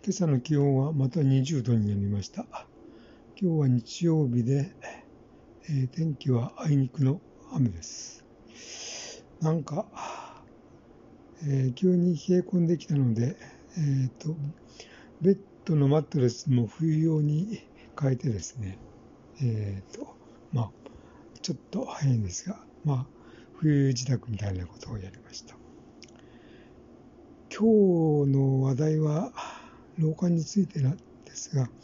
今朝の気温はまた20度になりました。今日は日曜日で、天気はあいにくの雨です。なんか、急に冷え込んできたので、ベッドのマットレスも冬用に変えてですね、ちょっと早いんですが、冬支度みたいなことをやりました。今日の話題は老化についてなんですが、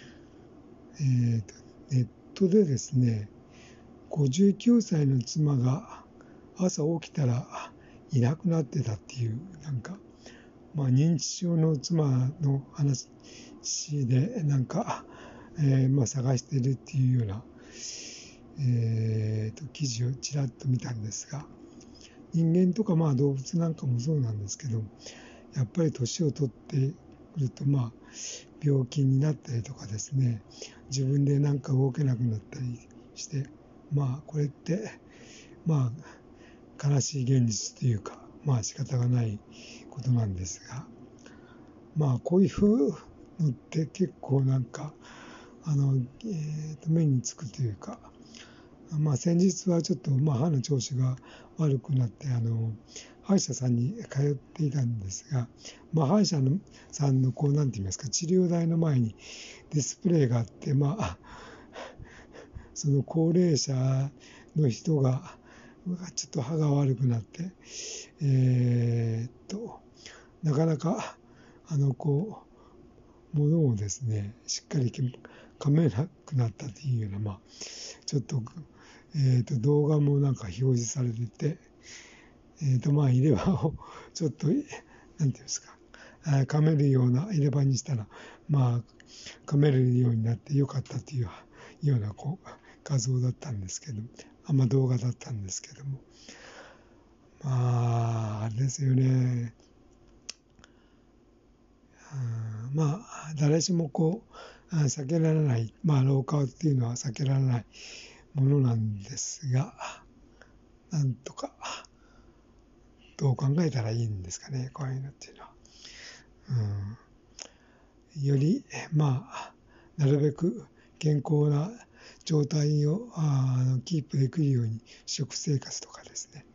ネットでですね、59歳の妻が朝起きたらいなくなってたっていう、認知症の妻の話で、探しているっていうような、記事をちらっと見たんですが、人間とか動物なんかもそうなんですけど、やっぱり年を取ってくると病気になったりとかですね、自分で動けなくなったりして、これって悲しい現実というか仕方がないことなんですが、こういうのって結構目につくというか、先日はちょっと歯の調子が悪くなって歯医者さんに通っていたんですが、歯医者さんのなんて言いますか、治療台の前にディスプレイがあって、その高齢者の人がちょっと歯が悪くなって、なかなか物をですねしっかり噛めなくなったというようなちょっと動画も表示されてて、入れ歯をちょっとなんていうんですか、噛めるような入れ歯にしたら噛めるようになってよかったというような画像だったんですけど、動画だったんですけども、あれですよね。誰しも避けられない、老化っていうのは避けられないものなんですが、なんとかどう考えたらいいんですかね、こういうのっていうのは。よりなるべく健康な状態をキープできるように食生活とかですね、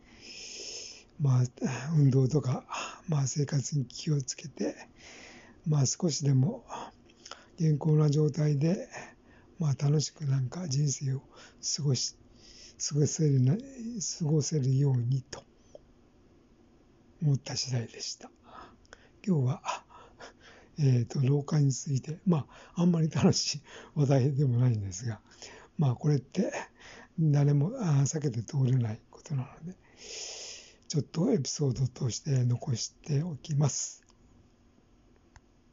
運動とか、生活に気をつけて、少しでも健康な状態で、楽しく人生を過ごせるようにと思った次第でした。今日は老化について、あんまり楽しい話題でもないんですが、これって誰も避けて通れないことなので、ちょっとエピソードとして残しておきます。